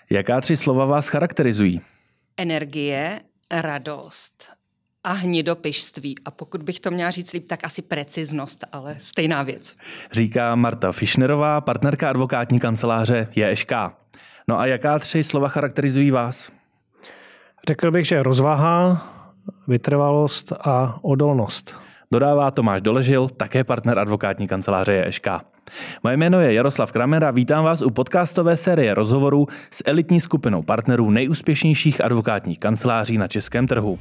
Jaká 3 slova vás charakterizují? Energie, radost a hnidopišství. A pokud bych to měla říct líp, tak asi preciznost, ale stejná věc. Říká Marta Fischnerová, partnerka advokátní kanceláře JŠK. No a jaká 3 slova charakterizují vás? Řekl bych, že rozvaha, vytrvalost a odolnost. Dodává Tomáš Doležil, také partner advokátní kanceláře JŠK. Moje jméno je Jaroslav Kramer a vítám vás u podcastové série rozhovorů s elitní skupinou partnerů nejúspěšnějších advokátních kanceláří na českém trhu.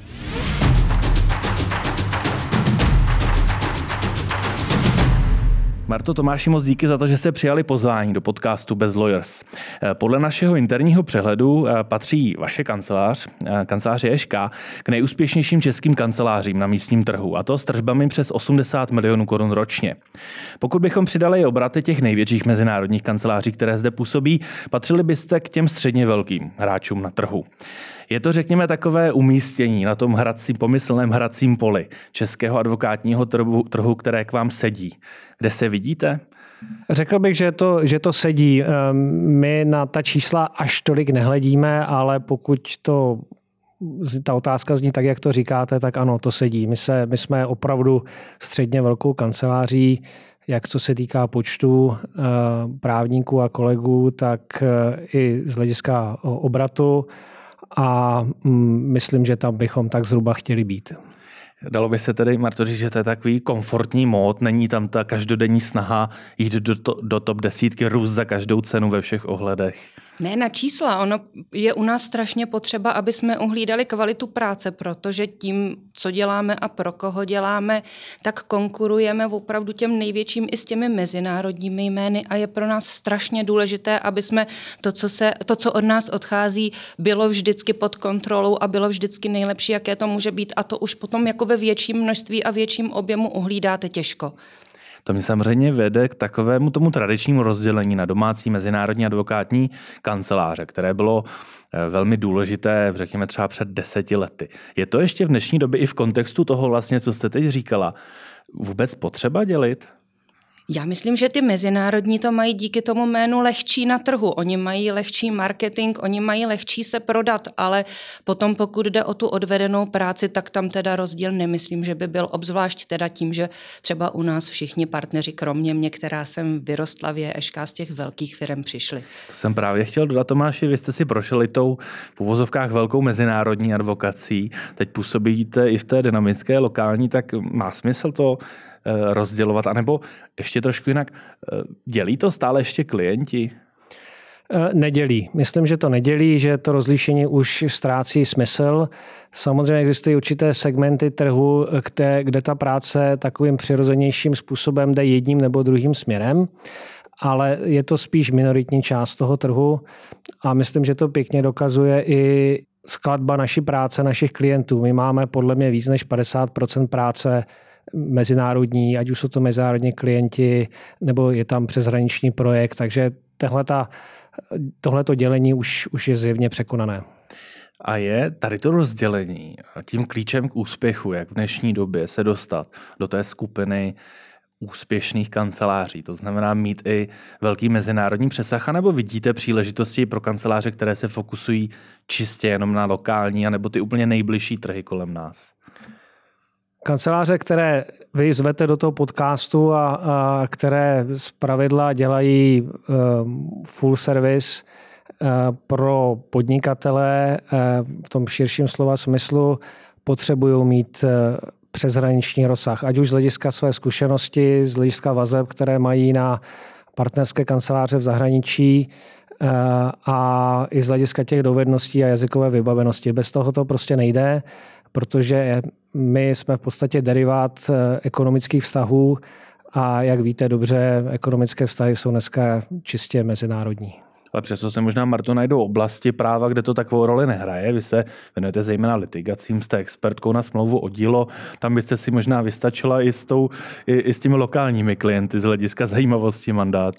Marto, Tomáši, moc díky za to, že jste přijali pozvání do podcastu Bez Lawyers. Podle našeho interního přehledu patří vaše kancelář JŠK, k nejúspěšnějším českým kancelářím na místním trhu, a to s tržbami přes 80 milionů korun ročně. Pokud bychom přidali obraty těch největších mezinárodních kanceláří, které zde působí, patřili byste k těm středně velkým hráčům na trhu. Je to, řekněme, takové umístění na tom pomyslném hracím poli českého advokátního trhu, které k vám sedí. Kde se vidíte? Řekl bych, že to sedí. My na ta čísla až tolik nehledíme, ale pokud ta otázka zní tak, jak to říkáte, tak ano, to sedí. My jsme opravdu středně velkou kanceláří, jak co se týká počtu právníků a kolegů, tak i z hlediska obratu. A myslím, že tam bychom tak zhruba chtěli být. Dalo by se tedy, Marto, říct, že to je takový komfortní mód, není tam ta každodenní snaha jít do top 10, růst za každou cenu ve všech ohledech? Ne na čísla, ono je u nás strašně potřeba, aby jsme uhlídali kvalitu práce, protože tím, co děláme a pro koho děláme, tak konkurujeme opravdu těm největším i s těmi mezinárodními jmény a je pro nás strašně důležité, aby jsme to, co od nás odchází, bylo vždycky pod kontrolou a bylo vždycky nejlepší, jaké to může být, a to už potom jako ve větším množství a větším objemu uhlídáte těžko. To mě samozřejmě vede k takovému tomu tradičnímu rozdělení na domácí mezinárodní advokátní kanceláře, které bylo velmi důležité, řekněme třeba před 10 lety. Je to ještě v dnešní době i v kontextu toho vlastně, co jste teď říkala, vůbec potřeba dělit? Já myslím, že ty mezinárodní to mají díky tomu jménu lehčí na trhu. Oni mají lehčí marketing, oni mají lehčí se prodat, ale potom pokud jde o tu odvedenou práci, tak tam teda rozdíl nemyslím, že by byl, obzvlášť teda tím, že třeba u nás všichni partneři, kromě mě, která jsem vyrostla v JŠK, z těch velkých firm přišli. To jsem právě chtěl dodat, Tomáši, vy jste si prošli tou v uvozovkách velkou mezinárodní advokací, teď působíte i v té dynamické lokální, tak má smysl to rozdělovat, anebo ještě trošku jinak, dělí to stále ještě klienti? Nedělí. Myslím, že to nedělí, že to rozlišení už ztrácí smysl. Samozřejmě existují určité segmenty trhu, kde ta práce takovým přirozenějším způsobem jde jedním nebo druhým směrem, ale je to spíš minoritní část toho trhu a myslím, že to pěkně dokazuje i skladba naší práce, našich klientů. My máme podle mě víc než 50% práce mezinárodní, ať už jsou to mezinárodní klienti, nebo je tam přeshraniční projekt, takže tohleto dělení už je zjevně překonané. A je tady to rozdělení tím klíčem k úspěchu, jak v dnešní době se dostat do té skupiny úspěšných kanceláří, to znamená mít i velký mezinárodní přesah, anebo vidíte příležitosti pro kanceláře, které se fokusují čistě jenom na lokální, anebo ty úplně nejbližší trhy kolem nás? Kanceláře, které vy zvete do toho podcastu a které zpravidla dělají full service pro podnikatele v tom širším slova smyslu, potřebují mít přeshraniční rozsah. Ať už z hlediska své zkušenosti, z hlediska vazeb, které mají na partnerské kanceláře v zahraničí a i z hlediska těch dovedností a jazykové vybavenosti. Bez toho to prostě nejde, protože my jsme v podstatě derivát ekonomických vztahů a jak víte dobře, ekonomické vztahy jsou dneska čistě mezinárodní. Ale přesto se možná, Marto, najdou oblasti práva, kde to takovou roli nehraje. Vy se věnujete zejména litigacím, jste expertkou na smlouvu o dílo. Tam byste si možná vystačila i s těmi lokálními klienty z hlediska zajímavosti mandátu.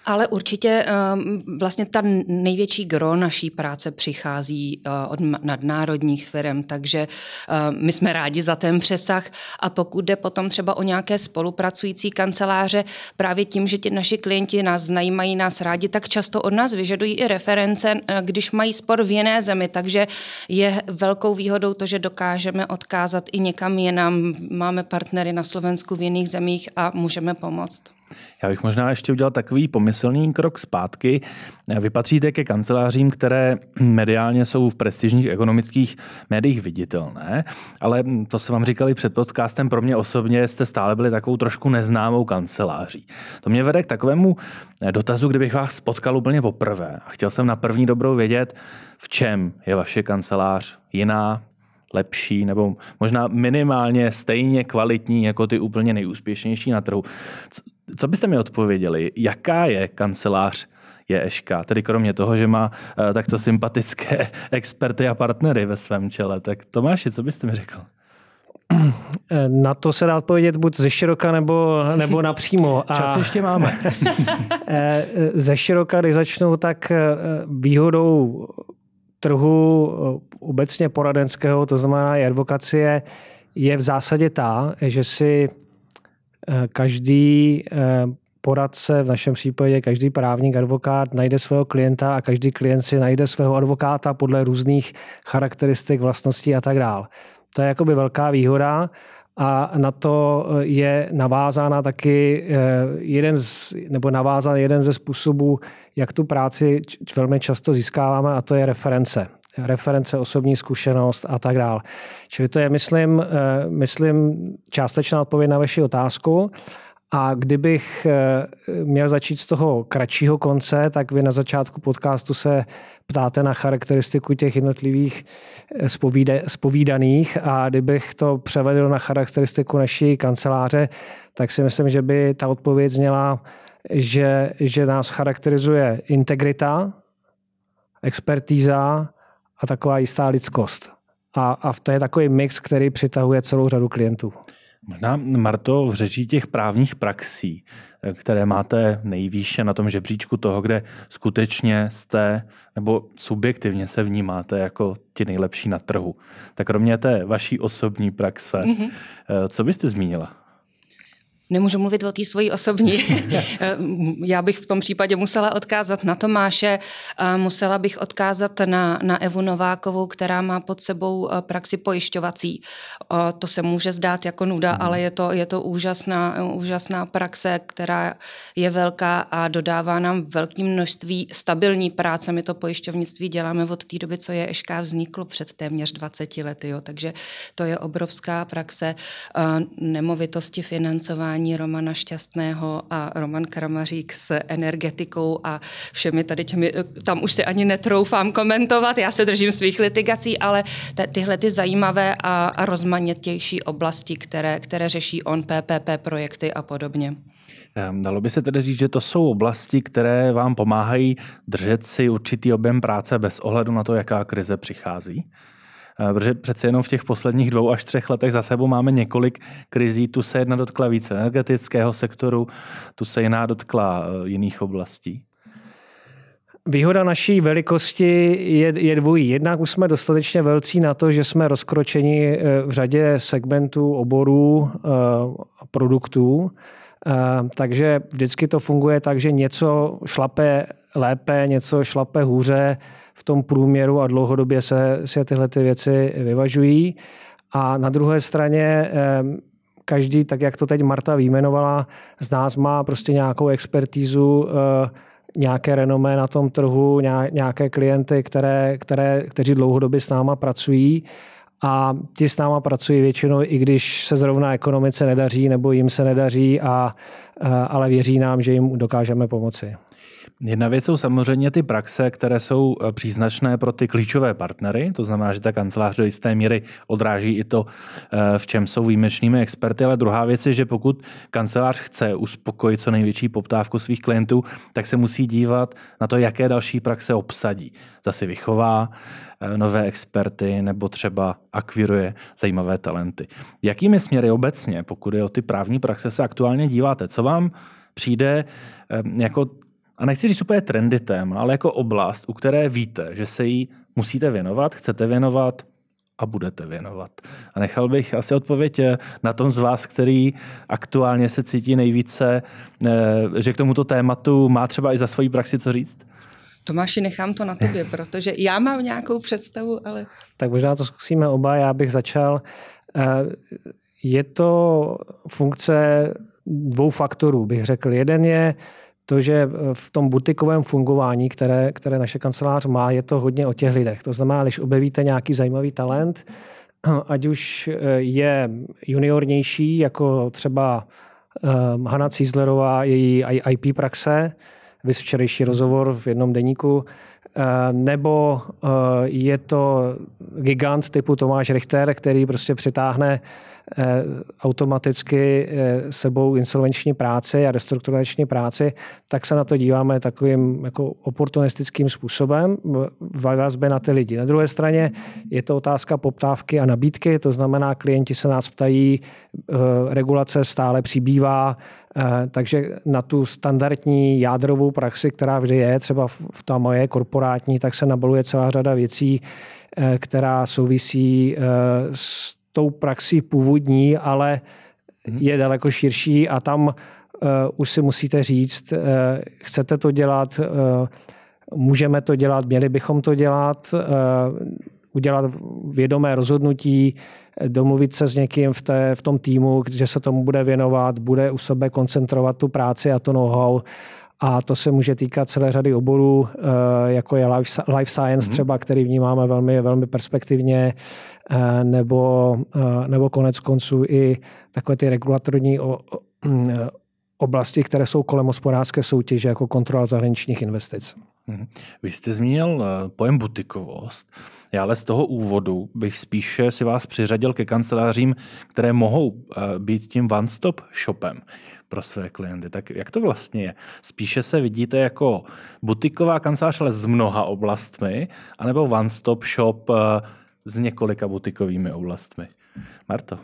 Ale určitě vlastně ta největší gro naší práce přichází od nadnárodních firm, takže my jsme rádi za ten přesah a pokud jde potom třeba o nějaké spolupracující kanceláře, právě tím, že ti naši klienti nás znají, mají nás rádi, tak často od nás vyžadují i reference, když mají spor v jiné zemi, takže je velkou výhodou to, že dokážeme odkázat i někam jinam. Máme partnery na Slovensku v jiných zemích a můžeme pomoct. Já bych možná ještě udělal takový pomyslný krok zpátky. Vy patříte ke kancelářím, které mediálně jsou v prestižních ekonomických médiích viditelné, ale to se vám říkali před podcastem, pro mě osobně jste stále byli takovou trošku neznámou kanceláří. To mě vede k takovému dotazu, kdybych vás spotkal úplně poprvé. A chtěl jsem na první dobrou vědět, v čem je vaše kancelář jiná, lepší nebo možná minimálně stejně kvalitní jako ty úplně nejúspěšnější na trhu. Co byste mi odpověděli? Jaká je kancelář JŠK? Tedy kromě toho, že má takto sympatické experty a partnery ve svém čele. Tak Tomáši, co byste mi řekl? Na to se dá odpovědět buď ze široka nebo napřímo. Čas ještě máme. Ze široka, když začnu, tak výhodou trhu obecně poradenského, to znamená i advokacie, je v zásadě ta, že si každý poradce, v našem případě každý právník, advokát najde svého klienta a každý klient si najde svého advokáta podle různých charakteristik, vlastností a tak dále. To je jakoby velká výhoda a na to je navázána taky jeden ze způsobů, jak tu práci velmi často získáváme, a to je reference. Reference, osobní zkušenost a tak dále. Čili to je, myslím, částečná odpověď na vaši otázku. A kdybych měl začít z toho kratšího konce, tak vy na začátku podcastu se ptáte na charakteristiku těch jednotlivých zpovídaných a kdybych to převedl na charakteristiku naší kanceláře, tak si myslím, že by ta odpověď zněla, že nás charakterizuje integrita, expertíza a taková jistá lidskost. A to je takový mix, který přitahuje celou řadu klientů. Možná, Marto, v řeči těch právních praxí, které máte nejvýše na tom žebříčku toho, kde skutečně jste nebo subjektivně se vnímáte jako ti nejlepší na trhu. Tak kromě té vaší osobní praxe, co byste zmínila? Nemůžu mluvit o té svojí osobní. Já bych v tom případě musela odkázat na Tomáše, musela bych odkázat na Evu Novákovou, která má pod sebou praxi pojišťovací. To se může zdát jako nuda, ale je to úžasná praxe, která je velká a dodává nám velké množství stabilní práce. My to pojišťovnictví děláme od té doby, co JŠK vzniklo před téměř 20 lety. Jo. Takže to je obrovská praxe. Nemovitosti, financování Romana Šťastného a Roman Kramařík s energetikou a všemi tady těmi, tam už si ani netroufám komentovat, já se držím svých litigací, ale tyhle ty zajímavé a rozmanitější oblasti, které řeší on, PPP projekty a podobně. Dalo by se tedy říct, že to jsou oblasti, které vám pomáhají držet si určitý objem práce bez ohledu na to, jaká krize přichází? Protože přece jenom v těch posledních 2 až 3 letech za sebou máme několik krizí. Tu se jedna dotkla více energetického sektoru, tu se jiná dotkla jiných oblastí. Výhoda naší velikosti je dvojí. Jednak už jsme dostatečně velcí na to, že jsme rozkročeni v řadě segmentů, oborů, produktů. Takže vždycky to funguje tak, že něco šlape lépe, něco šlape hůře v tom průměru a dlouhodobě se tyhle ty věci vyvažují. A na druhé straně každý, tak jak to teď Marta vyjmenovala, z nás má prostě nějakou expertízu, nějaké renomé na tom trhu, nějaké klienty, kteří dlouhodobě s náma pracují. A ti s náma pracují většinou, i když se zrovna ekonomice nedaří nebo jim se nedaří, ale věří nám, že jim dokážeme pomoci. Jedna věc jsou samozřejmě ty praxe, které jsou příznačné pro ty klíčové partnery, to znamená, že ta kancelář do jisté míry odráží i to, v čem jsou výjimečnými experty, ale druhá věc je, že pokud kancelář chce uspokojit co největší poptávku svých klientů, tak se musí dívat na to, jaké další praxe obsadí. Zase vychová nové experty nebo třeba akviruje zajímavé talenty. Jakými směry obecně, pokud je o ty právní praxe, se aktuálně díváte? Co vám přijde jako a nechci říct úplně trendy téma, ale jako oblast, u které víte, že se jí musíte věnovat, chcete věnovat a budete věnovat. A nechal bych asi odpověď na tom z vás, který aktuálně se cítí nejvíce, že k tomuto tématu má třeba i za svoji praxi co říct? Tomáši, nechám to na tobě, protože já mám nějakou představu, ale... Tak možná to zkusíme oba, já bych začal. Je to funkce 2 faktorů, bych řekl. Jeden je to, že v tom butikovém fungování, které naše kancelář má, je to hodně o těch lidech. To znamená, když objevíte nějaký zajímavý talent, ať už je juniornější, jako třeba Hana Cízlerová, její IP praxe, vys včerejší rozhovor v jednom deníku, nebo je to gigant typu Tomáš Richter, který prostě přitáhne automaticky sebou insolvenční práci a restrukturační práci, tak se na to díváme takovým jako oportunistickým způsobem v vazbě na ty lidi. Na druhé straně je to otázka poptávky a nabídky, to znamená, klienti se nás ptají, regulace stále přibývá, takže na tu standardní jádrovou praxi, která vždy je, třeba v ta moje korporátní, tak se nabaluje celá řada věcí, která souvisí s tou praxí původní, ale je daleko širší a tam už si musíte říct, chcete to dělat, můžeme to dělat, měli bychom to dělat, udělat vědomé rozhodnutí, domluvit se s někým v tom týmu, že se tomu bude věnovat, bude u sebe koncentrovat tu práci a to know-how. A to se může týkat celé řady oborů, jako je life science třeba, který vnímáme velmi, velmi perspektivně, nebo konec konců i takové ty regulatorní oblasti, které jsou kolem hospodářské soutěže, jako kontrola zahraničních investic. Vy jste zmínil pojem butikovost. Já ale z toho úvodu bych spíše si vás přiřadil ke kancelářím, které mohou být tím one-stop shopem pro své klienty. Tak jak to vlastně je? Spíše se vidíte jako butiková kancelář, ale s mnoha oblastmi, anebo one-stop shop s několika butikovými oblastmi? Marto?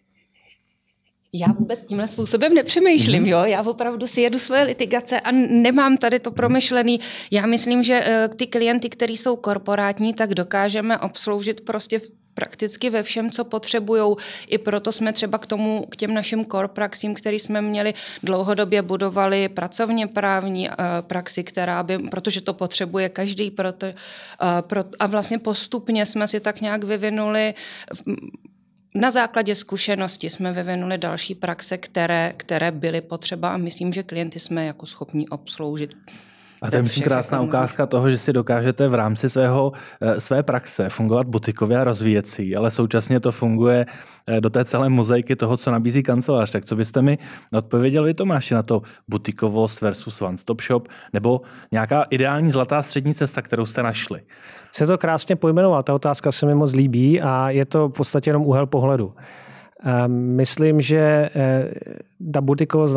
Já vůbec tímhle způsobem nepřemýšlím, jo? Já opravdu si jedu své litigace a nemám tady to promyšlený. Já myslím, že ty klienty, kteří jsou korporátní, tak dokážeme obsloužit prostě prakticky ve všem, co potřebujou. I proto jsme třeba k těm našim core praxím, který jsme měli dlouhodobě budovali pracovně právní praxi, protože to potřebuje každý, a vlastně postupně jsme si tak nějak vyvinuli. Na základě zkušenosti jsme vyvinuli další praxe, které byly potřeba a myslím, že klienty jsme jako schopni obsloužit. A to je, myslím, krásná ukázka toho, že si dokážete v rámci své praxe fungovat butikově a rozvíjet si, ale současně to funguje do té celé mozaiky toho, co nabízí kancelář. Tak co byste mi odpověděl vy, Tomáši, na to butikovost versus one-stop shop, nebo nějaká ideální zlatá střední cesta, kterou jste našli? Se to krásně pojmenoval, ta otázka se mi moc líbí a je to v podstatě jenom úhel pohledu. Myslím, že ta butikovost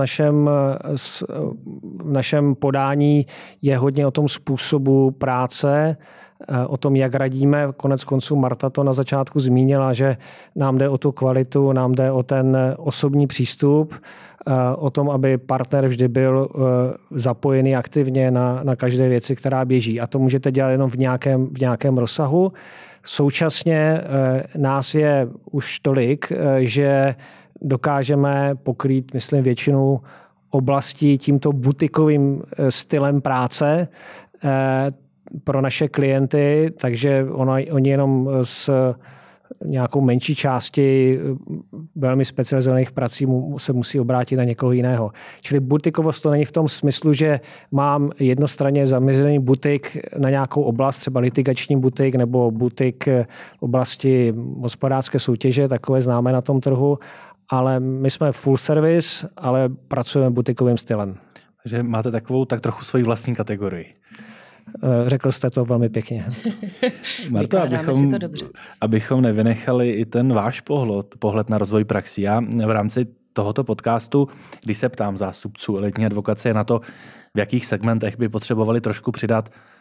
v našem podání je hodně o tom způsobu práce, o tom, jak radíme. Konec konců Marta to na začátku zmínila, že nám jde o tu kvalitu, nám jde o ten osobní přístup, o tom, aby partner vždy byl zapojený aktivně na každé věci, která běží. A to můžete dělat jenom v nějakém rozsahu. Současně nás je už tolik, že dokážeme pokrýt, myslím, většinu oblastí tímto butikovým stylem práce pro naše klienty, takže oni jenom s nějakou menší části velmi specializovaných prací se musí obrátit na někoho jiného. Čili butikovost to není v tom smyslu, že mám jednostranně zaměřený butik na nějakou oblast, třeba litigační butik nebo butik v oblasti hospodářské soutěže, takové známe na tom trhu, ale my jsme full service, ale pracujeme butikovým stylem. Takže máte takovou tak trochu svoji vlastní kategorii. Řekl jste to velmi pěkně. Marto, abychom nevynechali i ten váš pohled na rozvoj praxí. Já v rámci tohoto podcastu, když se ptám zástupců elitní advokacie na to, v jakých segmentech by potřebovali trošku přidat,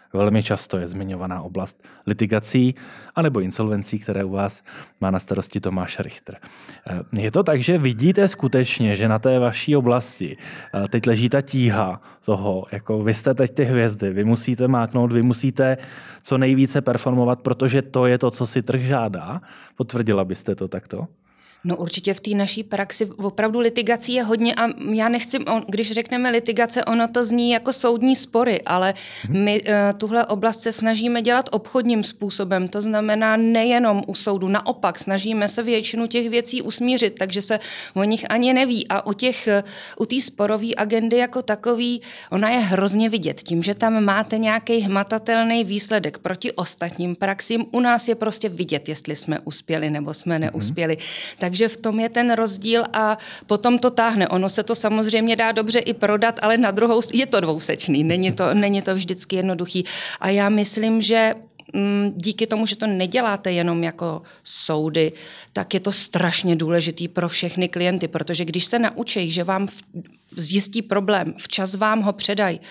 velmi často je zmiňovaná oblast litigací anebo insolvencí, které u vás má na starosti Tomáš Richter. Je to tak, že vidíte skutečně, že na té vaší oblasti teď leží ta tíha toho, jako vy jste teď ty hvězdy, vy musíte máknout, vy musíte co nejvíce performovat, protože to je to, co si trh žádá? Potvrdila byste to takto? No určitě v té naší praxi opravdu litigací je hodně a já nechci, když řekneme litigace, ono to zní jako soudní spory, ale my tuhle oblast se snažíme dělat obchodním způsobem, to znamená nejenom u soudu, naopak snažíme se většinu těch věcí usmířit, takže se o nich ani neví a u té sporové agendy jako takový, ona je hrozně vidět tím, že tam máte nějaký hmatatelný výsledek proti ostatním praxím, u nás je prostě vidět, jestli jsme uspěli nebo jsme neuspěli. Takže v tom je ten rozdíl a potom to táhne. Ono se to samozřejmě dá dobře i prodat, ale na druhou je to dvousečný, není to vždycky jednoduchý. A já myslím, že díky tomu, že to neděláte jenom jako soudy, tak je to strašně důležitý pro všechny klienty, protože když se naučí, že vám zjistí problém, včas vám ho předají,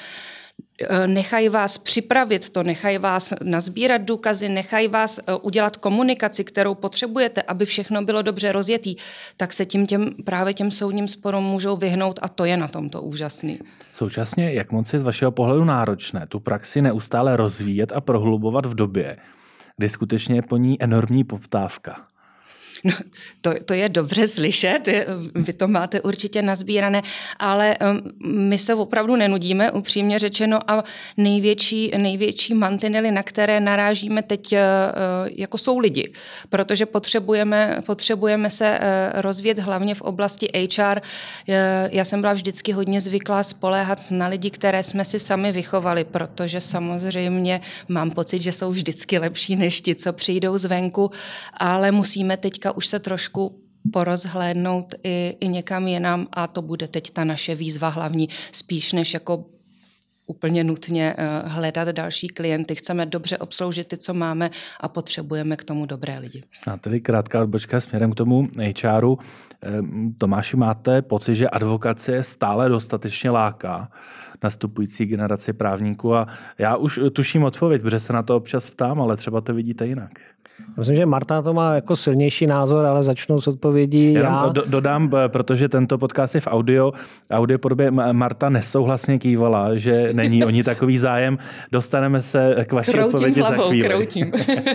nechají vás připravit to, nechají vás nazbírat důkazy, nechají vás udělat komunikaci, kterou potřebujete, aby všechno bylo dobře rozjetý, tak se právě těm soudním sporům můžou vyhnout a to je na tomto úžasný. Současně, jak moc je z vašeho pohledu náročné tu praxi neustále rozvíjet a prohlubovat v době, kdy skutečně je po ní enormní poptávka? No, to je dobře slyšet, vy to máte určitě nazbírané, ale my se opravdu nenudíme, upřímně řečeno, a největší mantinely, na které narážíme teď, jako jsou lidi, protože potřebujeme se rozvíjet hlavně v oblasti HR. Já jsem byla vždycky hodně zvyklá spoléhat na lidi, které jsme si sami vychovali, protože samozřejmě mám pocit, že jsou vždycky lepší než ti, co přijdou zvenku, ale musíme teďka už se trošku porozhlédnout i někam jinam a to bude teď ta naše výzva hlavní, spíš než jako úplně nutně hledat další klienty. Chceme dobře obsloužit ty, co máme a potřebujeme k tomu dobré lidi. A tedy krátká odbočka směrem k tomu HRu. Tomáši, máte pocit, že advokacie stále dostatečně láká nastupující generaci právníků? A já už tuším odpověď, protože se na to občas ptám, ale třeba to vidíte jinak. Myslím, že Marta to má jako silnější názor, ale začnu s odpovědí já. Dodám, protože tento podcast je v audio podobě. Marta nesouhlasně kývala, že není o ní takový zájem. Dostaneme se k vaší odpovědi za chvíli. Kroutím.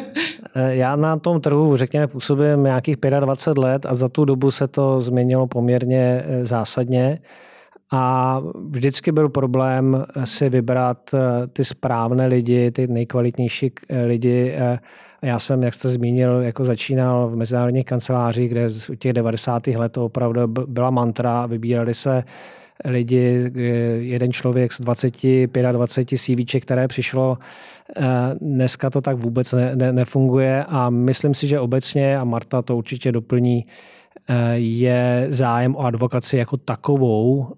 Já na tom trhu, řekněme, působím nějakých 25 let a za tu dobu se to změnilo poměrně zásadně. A vždycky byl problém si vybrat ty správné lidi, ty nejkvalitnější lidi. Já jsem, jak jste zmínil, jako začínal v mezinárodních kancelářích, kde u těch 90. let to opravdu byla mantra. Vybírali se lidi, jeden člověk z 25 CVček, které přišlo. Dneska to tak vůbec nefunguje a myslím si, že obecně, a Marta to určitě doplní, je zájem o advokaci jako takovou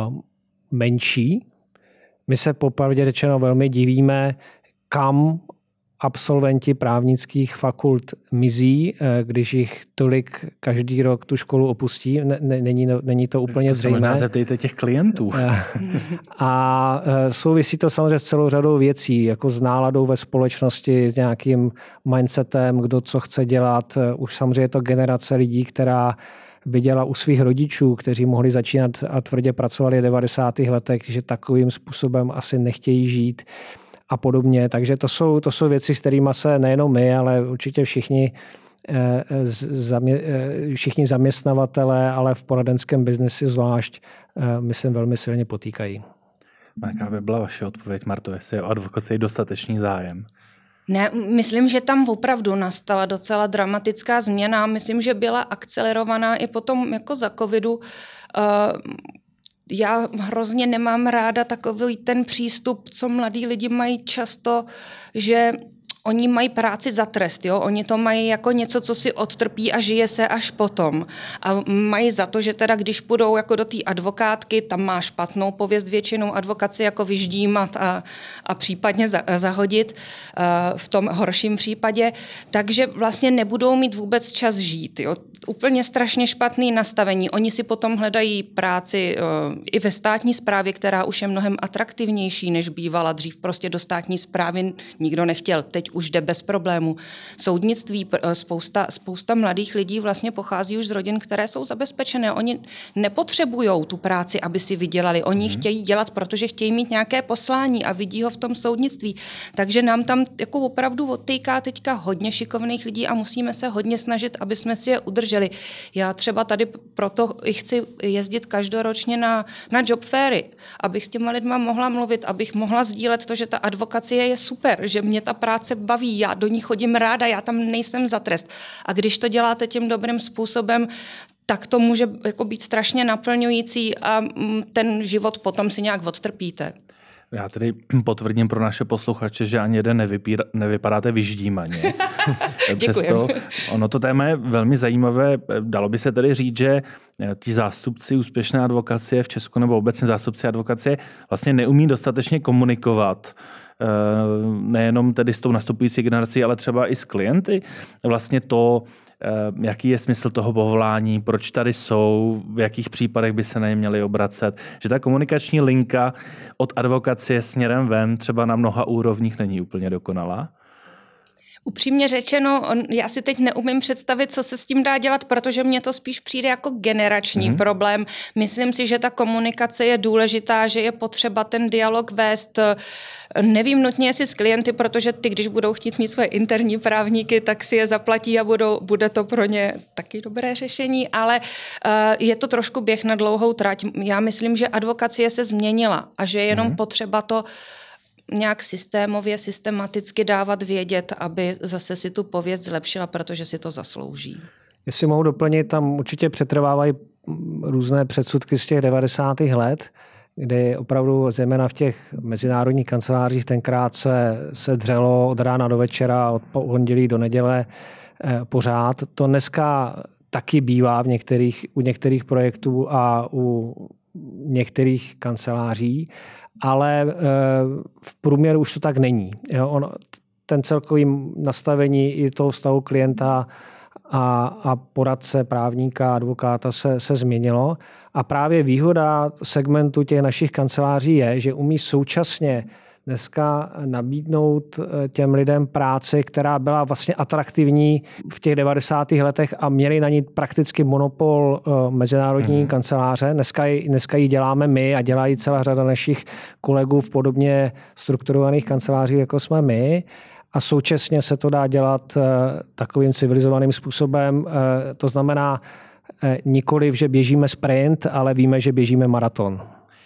menší. My se popravdě řečeno velmi divíme, kam absolventi právnických fakult mizí, když jich tolik každý rok tu školu opustí. Není to úplně zřejmé. To se možná zeptejte těch klientů. A souvisí to samozřejmě s celou řadou věcí, jako s náladou ve společnosti, s nějakým mindsetem, kdo co chce dělat. Už samozřejmě je to generace lidí, která viděla u svých rodičů, kteří mohli začínat a tvrdě pracovali v 90. letech, že takovým způsobem asi nechtějí žít a podobně. Takže to jsou věci, s kterými se nejenom my, ale určitě všichni zaměstnavatelé, ale v poradenském biznisi zvlášť, myslím, velmi silně potýkají. Jaká by byla vaše odpověď, Marto, jestli je o advokaci dostatečný zájem? Ne, myslím, že tam opravdu nastala docela dramatická změna. Myslím, že byla akcelerovaná i potom jako za covidu. Já hrozně nemám ráda takový ten přístup, co mladí lidi mají často, že oni mají práci za trest, jo? Oni to mají jako něco, co si odtrpí a žije se až potom. A mají za to, že teda když půjdou jako do té advokátky, tam má špatnou pověst většinou advokaci jako vyždímat a případně zahodit v tom horším případě, takže vlastně nebudou mít vůbec čas žít. Jo? Úplně strašně špatný nastavení. Oni si potom hledají práci i ve státní správě, která už je mnohem atraktivnější, než bývala dřív. Prostě do státní správy nikdo nechtěl. Teď už jde bez problémů. Soudnictví, spousta mladých lidí vlastně pochází už z rodin, které jsou zabezpečené. Oni nepotřebují tu práci, aby si vydělali. Oni chtějí dělat, protože chtějí mít nějaké poslání a vidí ho v tom soudnictví. Takže nám tam jako opravdu odtýká teďka hodně šikovných lidí a musíme se hodně snažit, aby jsme si je udrželi. Já třeba tady proto i chci jezdit každoročně na job fairy, abych s těma lidma mohla mluvit, abych mohla sdílet to, že ta advokacie je super, že mě ta práce baví, já do ní chodím ráda, já tam nejsem za trest. A když to děláte tím dobrým způsobem, tak to může jako být strašně naplňující a ten život potom si nějak odtrpíte. Já tedy potvrdím pro naše posluchače, že ani jeden nevypadáte vyždímaně. Přesto ono to téma je velmi zajímavé. Dalo by se tedy říct, že ti zástupci úspěšné advokacie v Česku nebo obecně zástupci advokacie vlastně neumí dostatečně komunikovat nejenom tedy s tou nastupující generací, ale třeba i s klienty. Vlastně to, jaký je smysl toho povolání, proč tady jsou, v jakých případech by se na ně měli obracet. Že ta komunikační linka od advokacie směrem ven třeba na mnoha úrovních není úplně dokonalá. Upřímně řečeno, já si teď neumím představit, co se s tím dá dělat, protože mně to spíš přijde jako generační problém. Myslím si, že ta komunikace je důležitá, že je potřeba ten dialog vést. Nevím nutně, jestli s klienty, protože ty, když budou chtít mít svoje interní právníky, tak si je zaplatí a bude to pro ně taky dobré řešení, ale je to trošku běh na dlouhou trať. Já myslím, že advokacie se změnila a že je jenom potřeba to nějak systémově, systematicky dávat vědět, aby zase si tu pověst zlepšila, protože si to zaslouží. Jestli mohu doplnit, tam určitě přetrvávají různé předsudky z těch 90. let, kdy opravdu zejména v těch mezinárodních kancelářích tenkrát se dřelo od rána do večera, od pondělí do neděle pořád. To dneska taky bývá u některých projektů a u některých kanceláří, ale v průměru už to tak není. Ten celkový nastavení i toho vztahu klienta a poradce, právníka, advokáta se změnilo. A právě výhoda segmentu těch našich kanceláří je, že umí současně dneska nabídnout těm lidem práci, která byla vlastně atraktivní v těch 90. letech a měli na ní prakticky monopol mezinárodní kanceláře. Dneska ji děláme my a dělají celá řada našich kolegů v podobně strukturovaných kancelářích, jako jsme my. A současně se to dá dělat takovým civilizovaným způsobem. To znamená nikoliv, že běžíme sprint, ale víme, že běžíme maraton.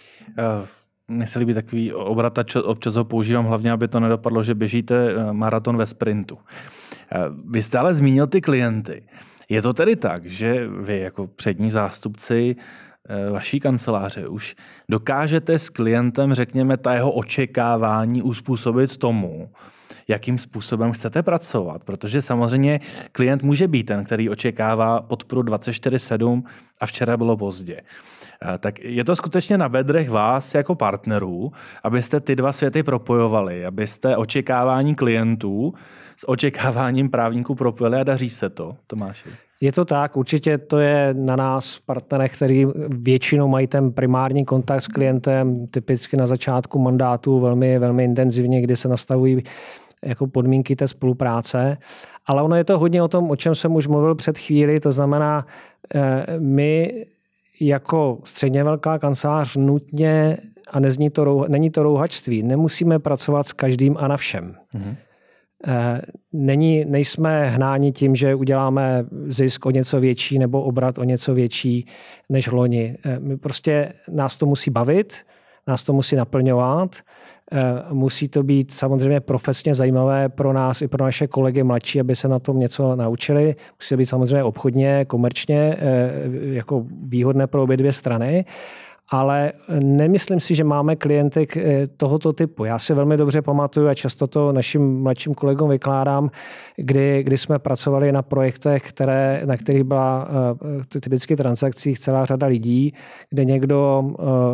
Mně se líbí takový obrat, občas ho používám hlavně, aby to nedopadlo, že běžíte maraton ve sprintu. Vy jste ale zmínil ty klienty. Je to tedy tak, že vy jako přední zástupci vaší kanceláře už dokážete s klientem, řekněme, ta jeho očekávání uspůsobit tomu, jakým způsobem chcete pracovat, protože samozřejmě klient může být ten, který očekává podporu 24/7 a včera bylo pozdě. Tak je to skutečně na bedrech vás jako partnerů, abyste ty dva světy propojovali, abyste očekávání klientů s očekáváním právníků propojili a daří se to, Tomáši? Je to tak, určitě to je na nás, partnerech, kteří většinou mají ten primární kontakt s klientem, typicky na začátku mandátu velmi, velmi intenzivně, kdy se nastavují jako podmínky té spolupráce. Ale ono je to hodně o tom, o čem jsem už mluvil před chvíli, to znamená, my jako středně velká kancelář nutně, a není to rouhačství, nemusíme pracovat s každým a na všem. Nejsme hnáni tím, že uděláme zisk o něco větší nebo obrat o něco větší než loni. My prostě nás to musí bavit, nás to musí naplňovat, musí to být samozřejmě profesně zajímavé pro nás i pro naše kolegy mladší, aby se na tom něco naučili. Musí to být samozřejmě obchodně, komerčně jako výhodné pro obě dvě strany. ale nemyslím si, že máme klienty tohoto typu. Já si velmi dobře pamatuju a často to našim mladším kolegům vykládám, kdy jsme pracovali na projektech, na kterých byla typicky transakcích celá řada lidí, kde někdo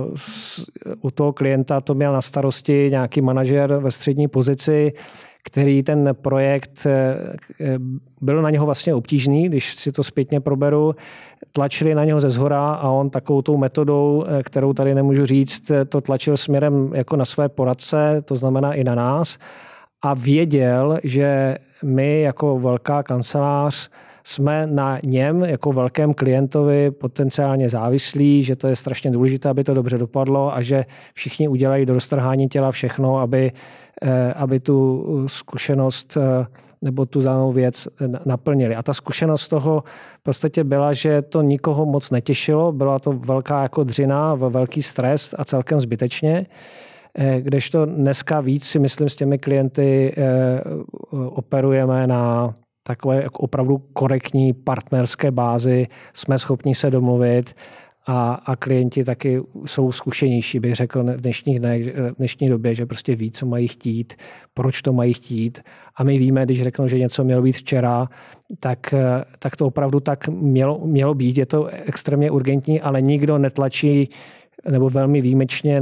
u toho klienta to měl na starosti nějaký manažer ve střední pozici, který ten projekt byl na něho vlastně obtížný, když si to zpětně proberu, tlačili na něho ze zhora a on takovou tou metodou, kterou tady nemůžu říct, to tlačil směrem jako na své poradce, to znamená i na nás, a věděl, že my jako velká kancelář jsme na něm jako velkém klientovi potenciálně závislí, že to je strašně důležité, aby to dobře dopadlo a že všichni udělají do roztrhání těla všechno, aby tu zkušenost nebo tu danou věc naplnili. A ta zkušenost toho v podstatě byla, že to nikoho moc netěšilo, byla to velká jako dřina, velký stres a celkem zbytečně. Kdežto dneska víc si myslím s těmi klienty operujeme na takové jako opravdu korektní partnerské bázi, jsme schopni se domluvit a klienti taky jsou zkušenější, bych řekl v dnešní době, že prostě ví, co mají chtít, proč to mají chtít. A my víme, když řeknou, že něco mělo být včera, tak to opravdu tak mělo být. Je to extrémně urgentní, ale nikdo netlačí nebo velmi výjimečně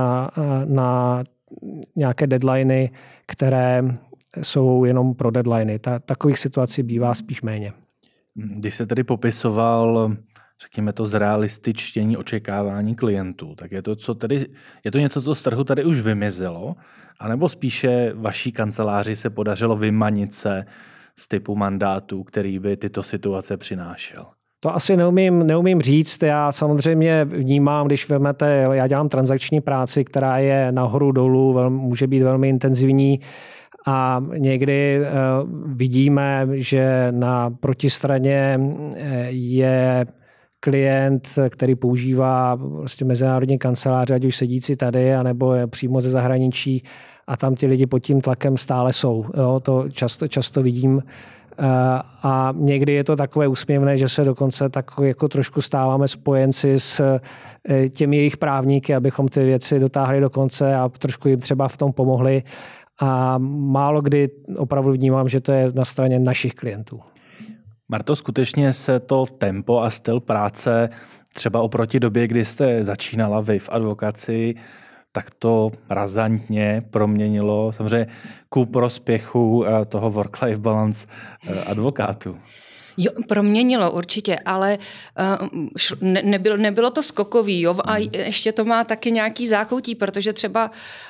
na nějaké deadliny, které jsou jenom pro deadliny. Takových situací bývá spíš méně. Když se tedy popisoval, řekněme to, zrealističtění očekávání klientů, tak je to něco, co z trhu tady už vymizelo, anebo spíše vaší kanceláři se podařilo vymanit se z typu mandátů, který by tyto situace přinášel? To asi neumím říct. Já samozřejmě vnímám, když vezmete, já dělám transakční práci, která je nahoru dolů, může být velmi intenzivní a někdy vidíme, že na protistraně je klient, který používá vlastně mezinárodní kanceláře, ať už sedící tady, anebo přímo ze zahraničí a tam ti lidi pod tím tlakem stále jsou. Jo, to často vidím. A někdy je to takové úsměvné, že se dokonce tak jako trošku stáváme spojenci s těmi jejich právníky, abychom ty věci dotáhli do konce a trošku jim třeba v tom pomohli. A málo kdy opravdu vnímám, že to je na straně našich klientů. Marto, skutečně se to tempo a styl práce třeba oproti době, kdy jste začínala vy v advokaci, tak to razantně proměnilo samozřejmě ku prospěchu toho work-life balance advokátů. Jo, proměnilo určitě, ale nebylo to skokový, jo, a ještě to má taky nějaký záchoutí, protože třeba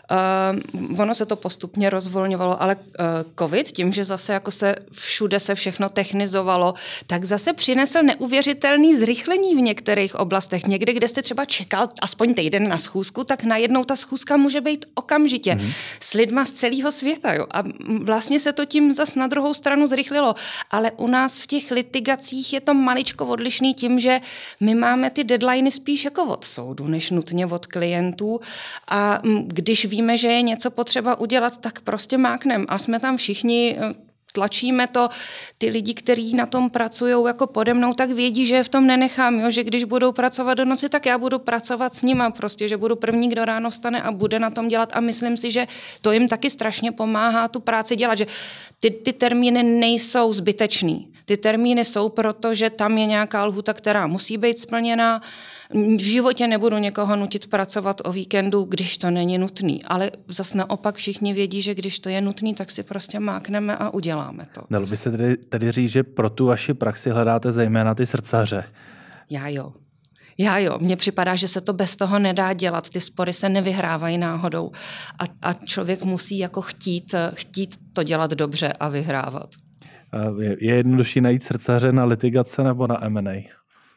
ono se to postupně rozvolňovalo, ale covid, tím, že zase jako všude se všechno technizovalo, tak zase přinesl neuvěřitelný zrychlení v některých oblastech. Někde, kde jste třeba čekal aspoň týden na schůzku, tak najednou ta schůzka může být okamžitě s lidma z celého světa, jo, a vlastně se to tím zase na druhou stranu zrychlilo, ale u nás v těch litigacích je to maličko odlišný tím, že my máme ty deadliny spíš jako od soudu, než nutně od klientů a když víme, že je něco potřeba udělat, tak prostě máknem a jsme tam všichni, tlačíme to, ty lidi, kteří na tom pracují jako pode mnou, tak vědí, že je v tom nenechám, jo? Že když budou pracovat do noci, tak já budu pracovat s nima, prostě, že budu první, kdo ráno vstane a bude na tom dělat a myslím si, že to jim taky strašně pomáhá tu práci dělat, že ty termíny nejsou zbytečný. Ty termíny jsou, protože tam je nějaká lhůta, která musí být splněna. V životě nebudu někoho nutit pracovat o víkendu, když to není nutný, ale zase naopak všichni vědí, že když to je nutný, tak si prostě mákneme a uděláme to. Dalo by se tedy říct, že pro tu vaši praxi hledáte zejména ty srdcaře? Já jo. Mně připadá, že se to bez toho nedá dělat. Ty spory se nevyhrávají náhodou a člověk musí jako chtít to dělat dobře a vyhrávat. Je jednodušší najít srdcaře na litigace nebo na M&A?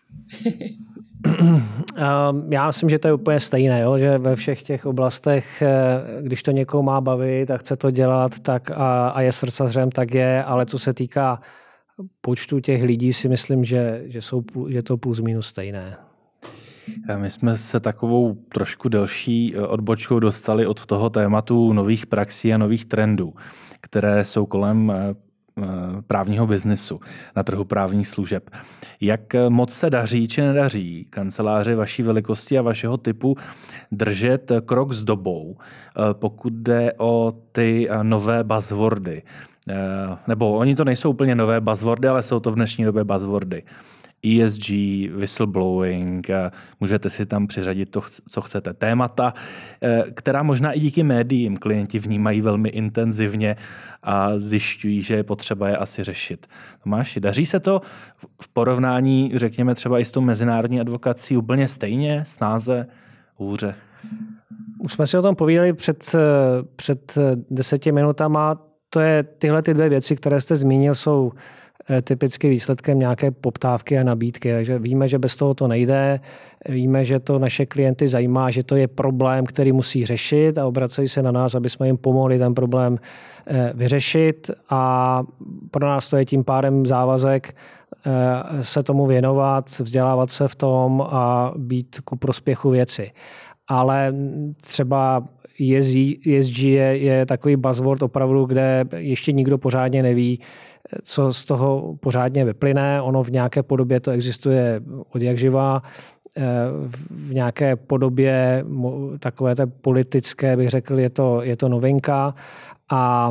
Já myslím, že to je úplně stejné, jo? Že ve všech těch oblastech, když to někoho má bavit a chce to dělat tak a je srdcařem, tak je, ale co se týká počtu těch lidí, si myslím, že to plus minus stejné. My jsme se takovou trošku delší odbočkou dostali od toho tématu nových praxí a nových trendů, které jsou kolem právního biznesu, na trhu právních služeb. Jak moc se daří či nedaří kanceláři vaší velikosti a vašeho typu držet krok s dobou, pokud jde o ty nové buzzwordy? Nebo oni to nejsou úplně nové buzzwordy, ale jsou to v dnešní době buzzwordy. ESG, whistleblowing, můžete si tam přiřadit to, co chcete. Témata, která možná i díky médiím klienti vnímají velmi intenzivně a zjišťují, že je potřeba je asi řešit. Tomáši, daří se to v porovnání, řekněme třeba i s tou mezinárodní advokací úplně stejně, snáze, hůře? Už jsme si o tom povídali před 10 minutama. To je tyhle ty dvě věci, které jste zmínil, jsou typicky výsledkem nějaké poptávky a nabídky. Takže víme, že bez toho to nejde. Víme, že to naše klienty zajímá, že to je problém, který musí řešit a obracejí se na nás, aby jsme jim pomohli ten problém vyřešit. A pro nás to je tím pádem závazek se tomu věnovat, vzdělávat se v tom a být ku prospěchu věci. Ale třeba ESG je takový buzzword opravdu, kde ještě nikdo pořádně neví, co z toho pořádně vyplyne. Ono v nějaké podobě to existuje od jak živá, v nějaké podobě takové té politické, bych řekl, je to novinka a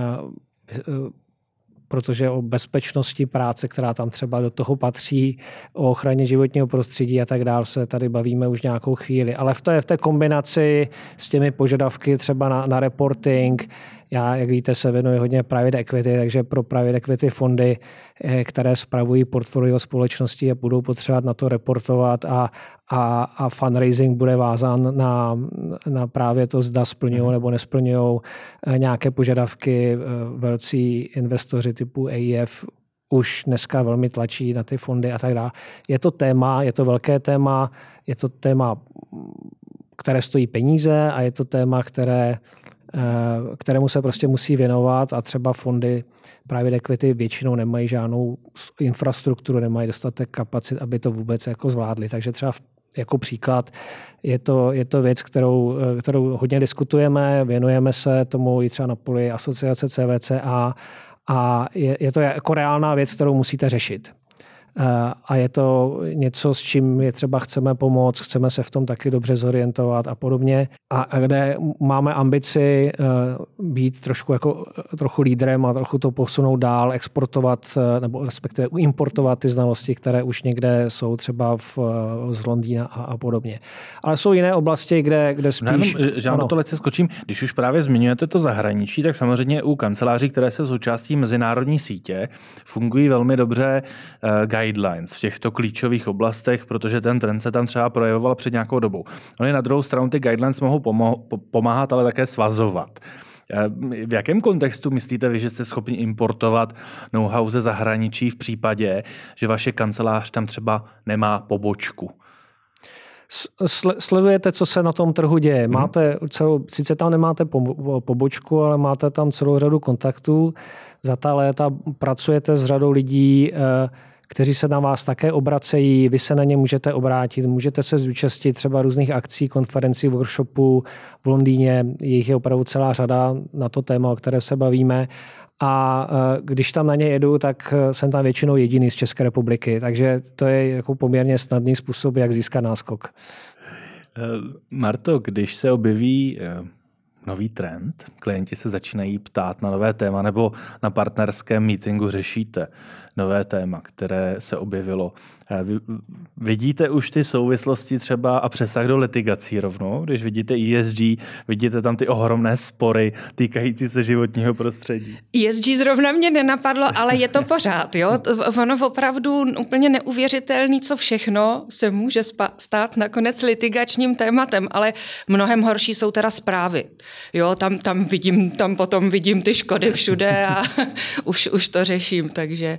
protože o bezpečnosti práce, která tam třeba do toho patří, o ochraně životního prostředí a tak dál se tady bavíme už nějakou chvíli. Ale v té kombinaci s těmi požadavky třeba na reporting, já, jak víte, se věnuji hodně private equity, takže pro private equity fondy, které spravují portfolio společností a budou potřebovat na to reportovat a fundraising bude vázán na právě to, zda splňují nebo nesplňují nějaké požadavky. Velcí investoři typu AIF už dneska velmi tlačí na ty fondy a tak dále. Je to téma, je to velké téma, je to téma, které stojí peníze a je to téma, kterému se prostě musí věnovat a třeba fondy private equity většinou nemají žádnou infrastrukturu, nemají dostatek kapacit, aby to vůbec jako zvládli. Takže třeba jako příklad je to věc, kterou hodně diskutujeme, věnujeme se tomu i třeba na poli asociace CVCA a je to jako reálná věc, kterou musíte řešit. A je to něco, s čím je třeba chceme pomoct, chceme se v tom taky dobře zorientovat a podobně. A kde máme ambici být trochu lídrem a trochu to posunout dál, exportovat nebo respektive importovat ty znalosti, které už někde jsou třeba z Londýna a podobně. Ale jsou jiné oblasti, kde spíš... Já na to lehce skočím. Když už právě zmiňujete to zahraničí, tak samozřejmě u kanceláří, které se součástí mezinárodní sítě, fungují velmi dobře guidelines v těchto klíčových oblastech, protože ten trend se tam třeba projevoval před nějakou dobou. Oni na druhou stranu ty guidelines mohou pomáhat, ale také svazovat. V jakém kontextu myslíte vy, že jste schopni importovat know-how ze zahraničí v případě, že vaše kancelář tam třeba nemá pobočku? Sledujete, co se na tom trhu děje. Sice tam nemáte pobočku, ale máte tam celou řadu kontaktů. Za ta léta pracujete s řadou lidí, kteří se na vás také obracejí, vy se na ně můžete obrátit, můžete se zúčastnit třeba různých akcí, konferencí, workshopů v Londýně, jich je opravdu celá řada na to téma, o které se bavíme. A když tam na ně jedu, tak jsem tam většinou jediný z České republiky, takže to je jako poměrně snadný způsob, jak získat náskok. Marto, když se objeví nový trend, klienti se začínají ptát na nové téma nebo na partnerském meetingu řešíte nové téma, které se objevilo. Vidíte už ty souvislosti třeba a přesah do litigací rovnou, když vidíte ESG, vidíte tam ty ohromné spory týkající se životního prostředí? ESG zrovna mě nenapadlo, ale je to pořád. Jo? Ono opravdu úplně neuvěřitelný, co všechno se může stát nakonec litigačním tématem, ale mnohem horší jsou teda zprávy. Jo, tam potom vidím ty škody všude a už to řeším, takže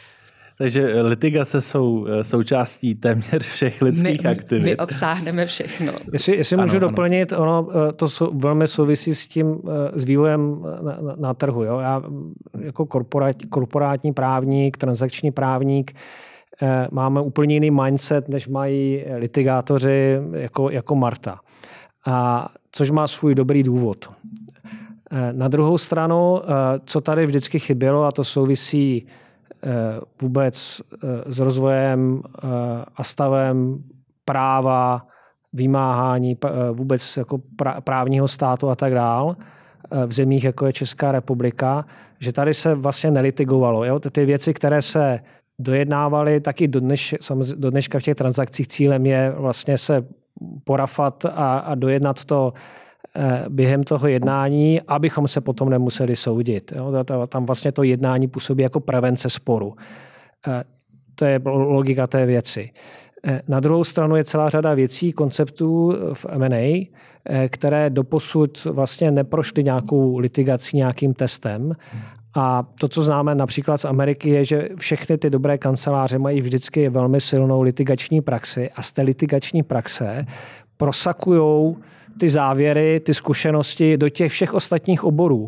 litigace jsou součástí téměř všech lidských aktivit. My obsáhneme všechno. Jestli můžu doplnit, ono to velmi souvisí s tím, s vývojem na trhu. Jo? Já jako korporátní právník, transakční právník, máme úplně jiný mindset, než mají litigátoři jako Marta. Což má svůj dobrý důvod. Na druhou stranu, co tady vždycky chybělo, a to souvisí vůbec s rozvojem a stavem práva, vymáhání vůbec jako právního státu a tak dál, v zemích, jako je Česká republika, že tady se vlastně nelitigovalo. Jo? Ty věci, které se dojednávaly, tak i do dneška v těch transakcích cílem je vlastně se porafat a dojednat to během toho jednání, abychom se potom nemuseli soudit. Jo? Tam vlastně to jednání působí jako prevence sporu. To je logika té věci. Na druhou stranu je celá řada věcí, konceptů v M&A, které doposud vlastně neprošly nějakou litigací, nějakým testem. A to, co známe například z Ameriky, je, že všechny ty dobré kanceláře mají vždycky velmi silnou litigační praxi a z té litigační praxe prosakujou ty závěry, ty zkušenosti do těch všech ostatních oborů.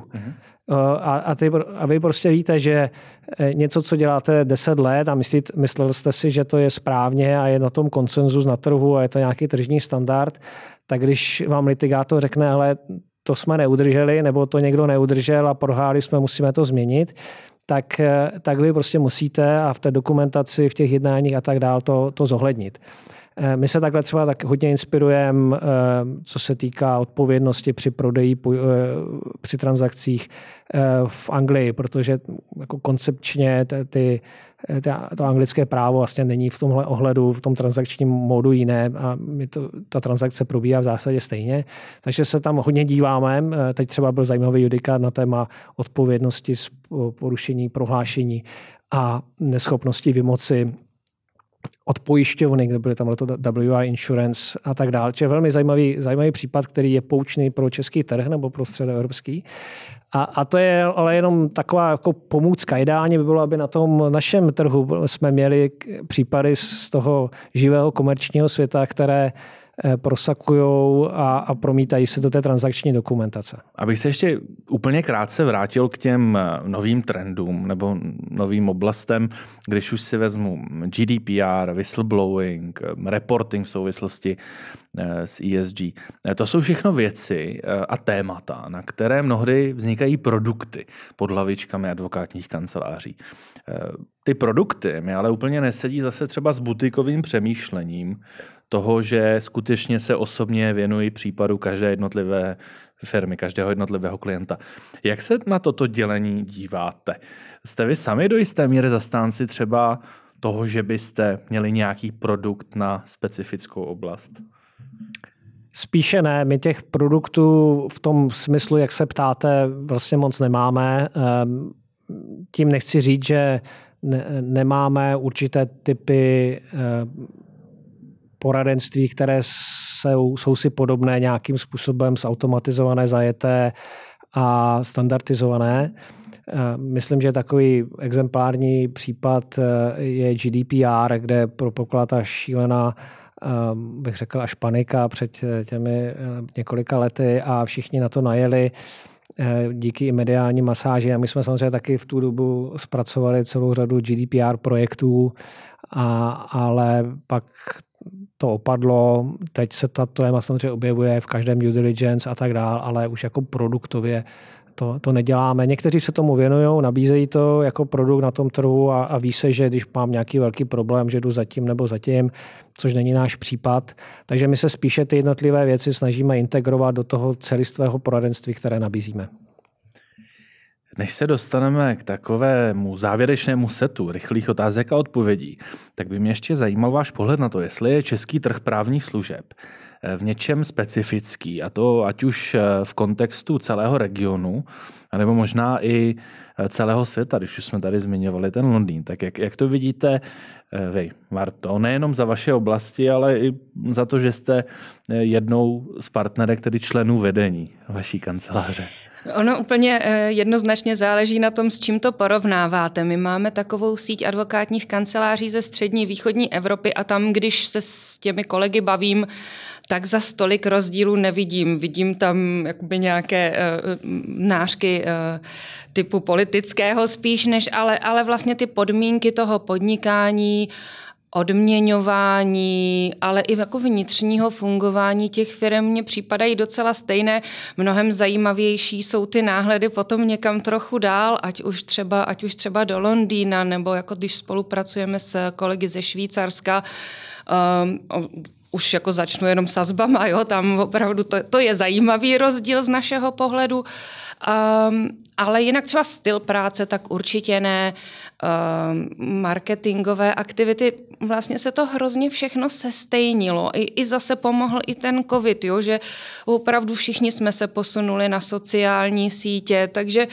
A vy prostě víte, že něco, co děláte 10 let a myslel jste si, že to je správně a je na tom konsenzus na trhu a je to nějaký tržní standard, tak když vám litigátor řekne, ale to jsme neudrželi, nebo to někdo neudržel a prohráli jsme, musíme to změnit, tak vy prostě musíte a v té dokumentaci, v těch jednáních a tak dál to zohlednit. My se takhle třeba tak hodně inspirujeme, co se týká odpovědnosti při prodeji, při transakcích v Anglii, protože jako koncepčně to anglické právo vlastně není v tomhle ohledu, v tom transakčním módu jiné a ta transakce probíhá v zásadě stejně. Takže se tam hodně díváme. Teď třeba byl zajímavý judikát na téma odpovědnosti z porušení prohlášení a neschopnosti vymoci od pojišťovny, kde bude tam to WI Insurance a tak dále. Čili velmi zajímavý případ, který je poučný pro český trh nebo pro středoevropský. A to je ale jenom taková jako pomůcka. Ideálně by bylo, aby na tom našem trhu jsme měli případy z toho živého komerčního světa, které prosakujou a promítají se do té transakční dokumentace. Abych se ještě úplně krátce vrátil k těm novým trendům nebo novým oblastem, když už si vezmu GDPR, whistleblowing, reporting v souvislosti s ESG. To jsou všechno věci a témata, na které mnohdy vznikají produkty pod hlavičkami advokátních kanceláří. Ty produkty mi ale úplně nesedí zase třeba s butikovým přemýšlením toho, že skutečně se osobně věnují případu každé jednotlivé firmy, každého jednotlivého klienta. Jak se na toto dělení díváte? Jste vy sami do jisté míry zastánci třeba toho, že byste měli nějaký produkt na specifickou oblast? Spíše ne. My těch produktů v tom smyslu, jak se ptáte, vlastně moc nemáme. Tím nechci říct, že nemáme určité typy poradenství, které jsou si podobné nějakým způsobem zautomatizované, zajeté a standardizované. Myslím, že takový exemplární případ je GDPR, kde propukla ta šílená, bych řekl, až panika před těmi několika lety a všichni na to najeli díky mediální masáži. A my jsme samozřejmě taky v tu dobu zpracovali celou řadu GDPR projektů, ale pak to opadlo. Teď se ta téma samozřejmě objevuje v každém due diligence a tak dál, ale už jako produktově to neděláme. Někteří se tomu věnují, nabízejí to jako produkt na tom trhu a ví se, že když mám nějaký velký problém, že jdu zatím nebo zatím, což není náš případ. Takže my se spíše ty jednotlivé věci snažíme integrovat do toho celistvého poradenství, které nabízíme. Než se dostaneme k takovému závěrečnému setu rychlých otázek a odpovědí, tak by mě ještě zajímal váš pohled na to, jestli je český trh právních služeb v něčem specifický, a to ať už v kontextu celého regionu, anebo možná i celého světa, když už jsme tady zmiňovali ten Londýn. Tak jak to vidíte vy, Marto? Nejenom za vaše oblasti, ale i za to, že jste jednou z partnerek, tedy členů vedení vaší kanceláře. Ono úplně jednoznačně záleží na tom, s čím to porovnáváte. My máme takovou síť advokátních kanceláří ze střední východní Evropy a tam, když se s těmi kolegy bavím, tak za stolik rozdílů nevidím. Vidím tam jakoby nějaké nářky typu politického spíš, než ale vlastně ty podmínky toho podnikání odměňování, ale i jako vnitřního fungování těch firm mně připadají docela stejné. Mnohem zajímavější jsou ty náhledy potom někam trochu dál, ať už třeba do Londýna, nebo jako když spolupracujeme s kolegy ze Švýcarska, už jako začnu jenom sazbama, jo, tam opravdu to je zajímavý rozdíl z našeho pohledu, ale jinak třeba styl práce, tak určitě ne, marketingové aktivity, vlastně se to hrozně všechno sestejnilo. I zase pomohl i ten covid, jo, že opravdu všichni jsme se posunuli na sociální sítě, takže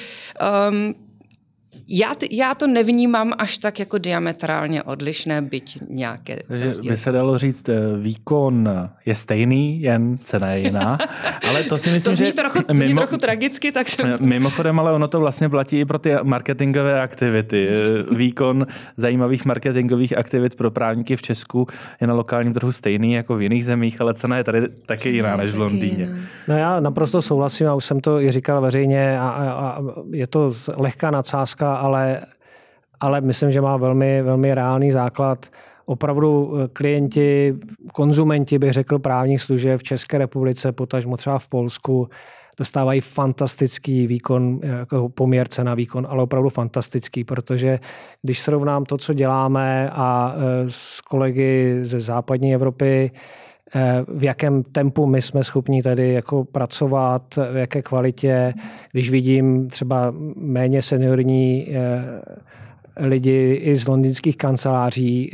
já to nevnímám až tak jako diametrálně odlišný, byť nějaké rozdíly. By se dalo říct, výkon je stejný, jen cena je jiná. Ale to si myslím, že zní trochu tragicky, tak jsem... Mimochodem, ale ono to vlastně platí i pro ty marketingové aktivity. Výkon zajímavých marketingových aktivit pro právníky v Česku je na lokálním trhu stejný jako v jiných zemích, ale cena je tady taky jiná než v Londýně. No já naprosto souhlasím a už jsem to i říkal veřejně a je to lehká nadsázka, ale myslím, že má velmi, velmi reálný základ. Opravdu klienti, konzumenti, bych řekl, právních služeb v České republice, potažmo třeba v Polsku, dostávají fantastický výkon, jako poměr cena výkon, ale opravdu fantastický, protože když srovnám to, co děláme a s kolegy ze západní Evropy, v jakém tempu my jsme schopni tady jako pracovat, v jaké kvalitě, když vidím třeba méně seniorní lidi i z londýnských kanceláří,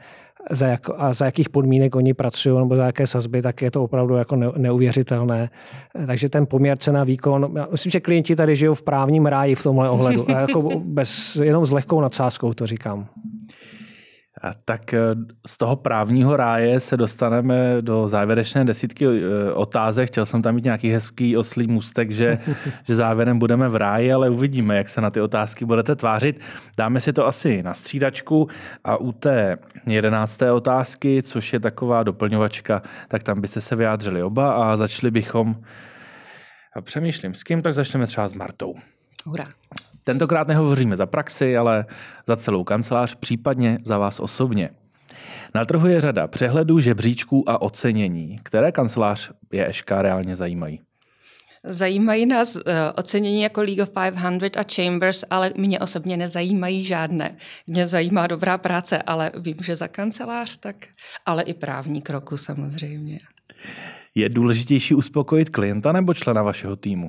za jakých podmínek oni pracují nebo za jaké sazby, tak je to opravdu jako neuvěřitelné. Takže ten poměr cena výkon, já myslím, že klienti tady žijou v právním ráji v tomhle ohledu. Jako jenom s lehkou nadsázkou to říkám. Tak z toho právního ráje se dostaneme do závěrečné desítky otázek. Chtěl jsem tam mít nějaký hezký oslí můstek, že závěrem budeme v ráji, ale uvidíme, jak se na ty otázky budete tvářit. Dáme si to asi na střídačku a u té 11. otázky, což je taková doplňovačka, tak tam byste se vyjádřili oba a začali bychom, a přemýšlím s kým, tak začneme třeba s Martou. Hurá. Tentokrát nehovoříme za praxi, ale za celou kancelář, případně za vás osobně. Na trhu je řada přehledů, žebříčků a ocenění. Které kancelář JŠK reálně zajímají? Zajímají nás ocenění jako Legal 500 a Chambers, ale mě osobně nezajímají žádné. Mě zajímá dobrá práce, ale vím, že za kancelář, tak ale i právní kroku samozřejmě. Je důležitější uspokojit klienta nebo člena vašeho týmu?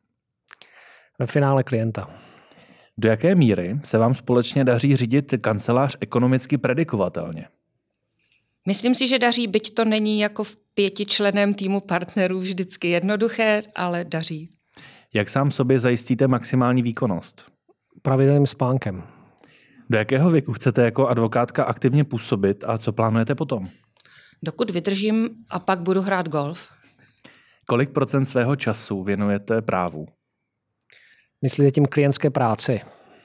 Ve finále klienta. Do jaké míry se vám společně daří řídit kancelář ekonomicky predikovatelně? Myslím si, že daří, byť to není jako v 5členném týmu partnerů vždycky jednoduché, ale daří. Jak sám sobě zajistíte maximální výkonnost? Pravidelným spánkem. Do jakého věku chcete jako advokátka aktivně působit a co plánujete potom? Dokud vydržím a pak budu hrát golf. Kolik procent svého času věnujete právu? Myslíte tím klientské práci?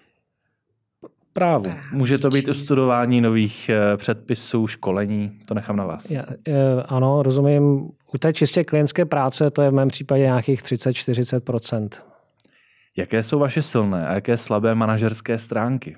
Právu. Může to být studování nových předpisů, školení, to nechám na vás. Ano, rozumím. U té čistě klientské práce to je v mém případě nějakých 30-40%. Jaké jsou vaše silné a jaké slabé manažerské stránky?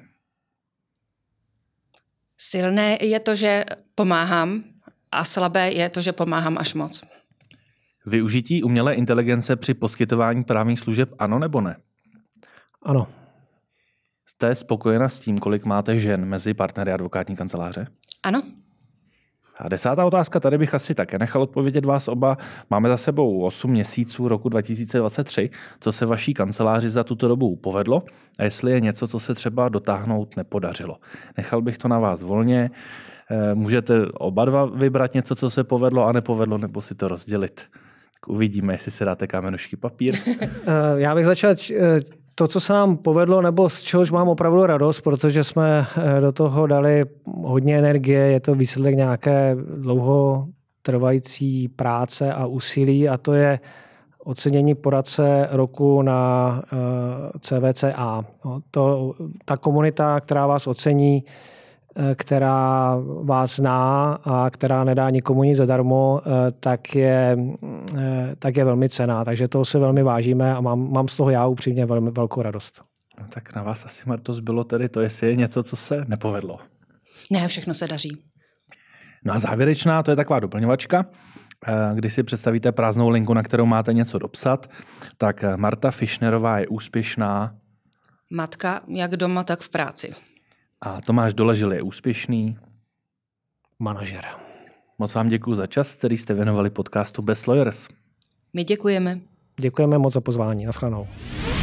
Silné je to, že pomáhám a slabé je to, že pomáhám až moc. Využití umělé inteligence při poskytování právních služeb ano nebo ne? Ano. Jste spokojena s tím, kolik máte žen mezi partnery advokátní kanceláře? Ano. A 10. otázka, tady bych asi také nechal odpovědět vás oba. Máme za sebou 8 měsíců roku 2023. Co se vaší kanceláři za tuto dobu povedlo a jestli je něco, co se třeba dotáhnout nepodařilo? Nechal bych to na vás volně. Můžete oba dva vybrat něco, co se povedlo a nepovedlo, nebo si to rozdělit. Tak uvidíme, jestli se dáte kamenušky papír. Já bych začal to, co se nám povedlo, nebo z čehož mám opravdu radost, protože jsme do toho dali hodně energie, je to výsledek nějaké dlouhotrvající práce a úsilí a to je ocenění poradce roku na CVCA. Ta komunita, která vás ocení, která vás zná a která nedá nikomu nic zadarmo, tak je velmi cenná. Takže toho se velmi vážíme a mám z toho já upřímně velmi velkou radost. No tak na vás asi, Marto, zbylo tedy to, jestli je něco, co se nepovedlo. Ne, všechno se daří. No a závěrečná, to je taková doplňovačka. Když si představíte prázdnou linku, na kterou máte něco dopsat, tak Marta Fischnerová je úspěšná. Matka jak doma, tak v práci. A Tomáš Doležil je úspěšný. Manažer. Moc vám děkuji za čas, který jste věnovali podcastu Best Lawyers. My děkujeme. Děkujeme moc za pozvání. Naschledanou.